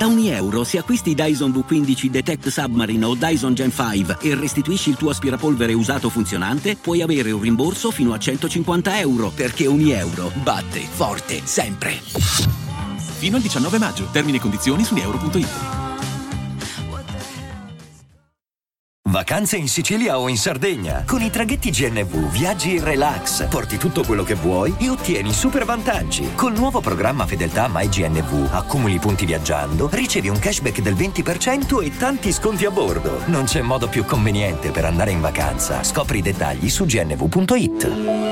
Da €1 se acquisti Dyson V15 Detect Submarine o Dyson Gen 5 e restituisci il tuo aspirapolvere usato funzionante, puoi avere un rimborso fino a €150, perché €1 batte forte sempre. Fino al 19 maggio. Termini e condizioni su unieuro.it. Vacanze in Sicilia o in Sardegna. Con i traghetti GNV viaggi in relax, porti tutto quello che vuoi e ottieni super vantaggi. Col nuovo programma Fedeltà MyGNV accumuli punti viaggiando, ricevi un cashback del 20% e tanti sconti a bordo. Non c'è modo più conveniente per andare in vacanza. Scopri i dettagli su gnv.it.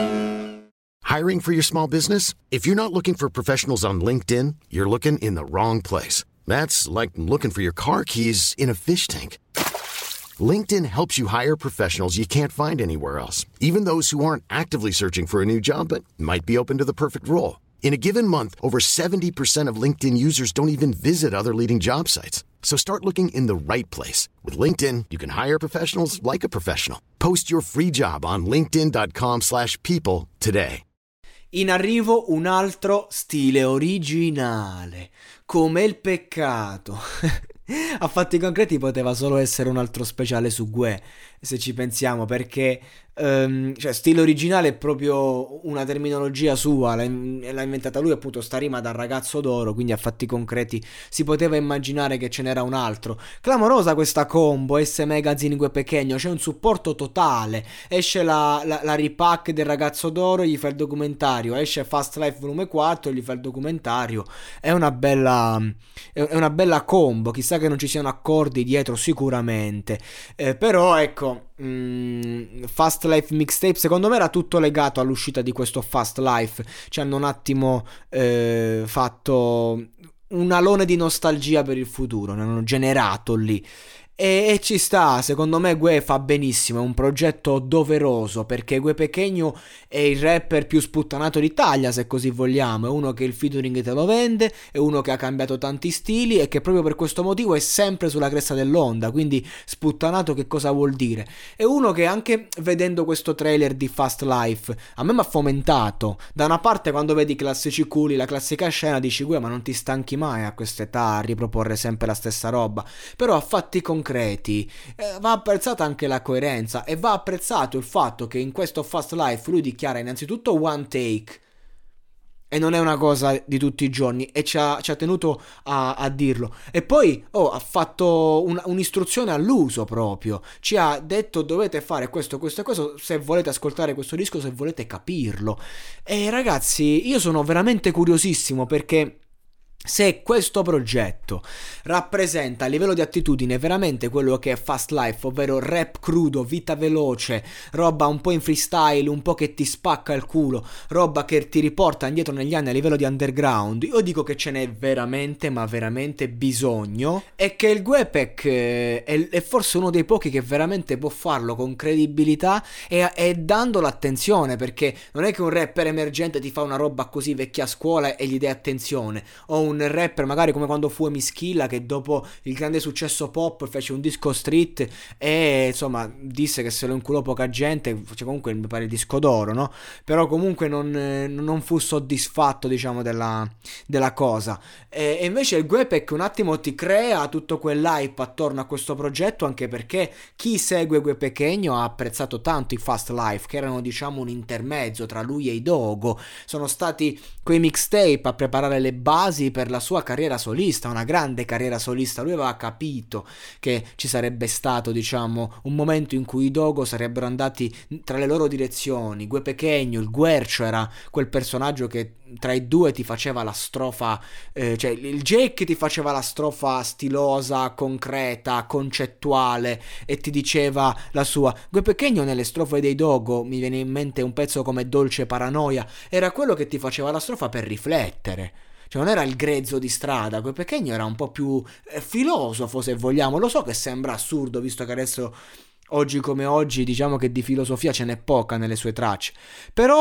Hiring for your small business? If you're not looking for professionals on LinkedIn, you're looking in the wrong place. That's like looking for your car keys in a fish tank. LinkedIn helps you hire professionals you can't find anywhere else, even those who aren't actively searching for a new job but might be open to the perfect role. In a given month, over 70% of LinkedIn users don't even visit other leading job sites. So start looking in the right place. With LinkedIn, you can hire professionals like a professional. Post your free job on linkedin.com/people today. In arrivo un altro stile originale, come il peccato. A fatti concreti poteva solo essere un altro speciale su Gue, se ci pensiamo, perché cioè stile originale è proprio una terminologia sua, l'ha inventata lui, appunto, sta rima dal ragazzo d'oro, quindi a fatti concreti si poteva immaginare che ce n'era un altro. Clamorosa questa combo, S Magazine Gue Pequeño, c'è un supporto totale, esce la repack del ragazzo d'oro, gli fa il documentario, esce Fast Life volume 4, gli fa il documentario, è una bella combo, chissà che non ci siano accordi dietro sicuramente, però ecco, Fast Life Mixtape secondo me era tutto legato all'uscita di questo Fast Life, ci hanno un attimo fatto un alone di nostalgia per il futuro, ne hanno generato lì. E ci sta, secondo me Gue fa benissimo, è un progetto doveroso, perché Gue Pequeño è il rapper più sputtanato d'Italia, se così vogliamo, è uno che il featuring te lo vende, è uno che ha cambiato tanti stili e che proprio per questo motivo è sempre sulla cresta dell'onda, quindi sputtanato che cosa vuol dire? È uno che anche vedendo questo trailer di Fast Life, a me mi ha fomentato, da una parte quando vedi i classici culi, la classica scena, dici Gue, ma non ti stanchi mai a quest'età a riproporre sempre la stessa roba, però a fatti concreti va apprezzata anche la coerenza e va apprezzato il fatto che in questo Fast Life lui dichiara innanzitutto one take, e non è una cosa di tutti i giorni, e ci ha tenuto a dirlo, e poi ha fatto un'istruzione all'uso proprio, ci ha detto dovete fare questo, questo e questo se volete ascoltare questo disco, se volete capirlo. E ragazzi, io sono veramente curiosissimo, perché se questo progetto rappresenta a livello di attitudine veramente quello che è Fast Life, ovvero rap crudo, vita veloce, roba un po' in freestyle, un po' che ti spacca il culo, roba che ti riporta indietro negli anni a livello di underground, io dico che ce n'è veramente, ma veramente bisogno, e che il Guepec è forse uno dei pochi che veramente può farlo con credibilità e dando l'attenzione, perché non è che un rapper emergente ti fa una roba così vecchia scuola e gli dai attenzione, o un rapper magari come quando fu Emischilla, che dopo il grande successo pop fece un disco street e insomma disse che se lo inculò poca gente, cioè comunque mi pare il disco d'oro, no? Però comunque non fu soddisfatto, diciamo, della cosa, e invece il Guepec un attimo ti crea tutto quell'hype attorno a questo progetto, anche perché chi segue Gue Pequeño ha apprezzato tanto i Fast Life, che erano diciamo un intermezzo tra lui e i Dogo, sono stati quei mixtape a preparare le basi per la sua carriera solista, una grande carriera solista. Lui aveva capito che ci sarebbe stato, diciamo, un momento in cui i Dogo sarebbero andati tra le loro direzioni. Gue Pequeño, il Guercio, era quel personaggio che tra i due ti faceva la strofa, cioè il Jake ti faceva la strofa stilosa, concreta, concettuale, e ti diceva la sua. Gue Pequeño nelle strofe dei Dogo, mi viene in mente un pezzo come Dolce Paranoia, era quello che ti faceva la strofa per riflettere. Cioè non era il grezzo di strada, Gue Pequeño era un po' più filosofo, se vogliamo. Lo so che sembra assurdo, visto che adesso, oggi come oggi, diciamo che di filosofia ce n'è poca nelle sue tracce, però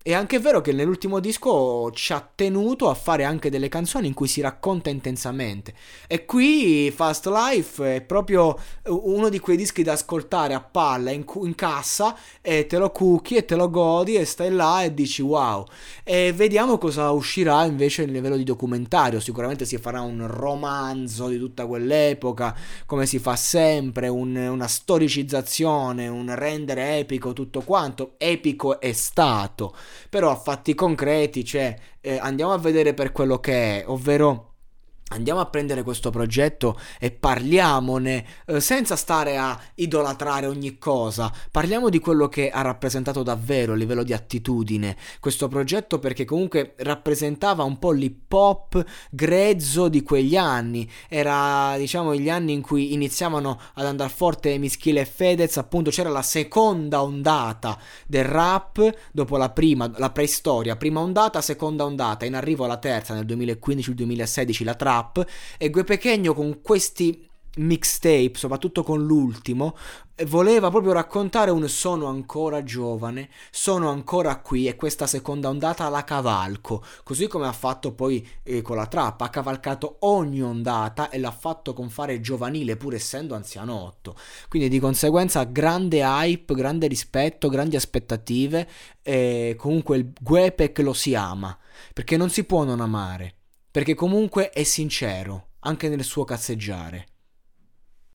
È anche vero che nell'ultimo disco ci ha tenuto a fare anche delle canzoni in cui si racconta intensamente. E qui Fast Life è proprio uno di quei dischi da ascoltare a palla in cassa, e te lo cucchi e te lo godi e stai là e dici wow. E vediamo cosa uscirà invece nel livello di documentario. Sicuramente si farà un romanzo di tutta quell'epoca, come si fa sempre, una storicizzazione, un rendere epico tutto quanto. Epico è stato, però a fatti concreti, cioè andiamo a vedere per quello che è, ovvero andiamo a prendere questo progetto e parliamone, senza stare a idolatrare ogni cosa. Parliamo di quello che ha rappresentato davvero a livello di attitudine questo progetto, perché comunque rappresentava un po' l'hip hop grezzo di quegli anni. Era, diciamo, gli anni in cui iniziavano ad andare forte Mischile e Fedez, appunto c'era la seconda ondata del rap dopo la preistoria, prima ondata, seconda ondata, in arrivo alla terza nel 2015-2016, la trap. E Gue Pequeno con questi mixtape, soprattutto con l'ultimo, voleva proprio raccontare sono ancora giovane, sono ancora qui e questa seconda ondata la cavalco, così come ha fatto poi con la trap. Ha cavalcato ogni ondata e l'ha fatto con fare giovanile pur essendo anzianotto, quindi di conseguenza grande hype, grande rispetto, grandi aspettative. E comunque il Guepec lo si ama, perché non si può non amare, perché comunque è sincero anche nel suo cazzeggiare.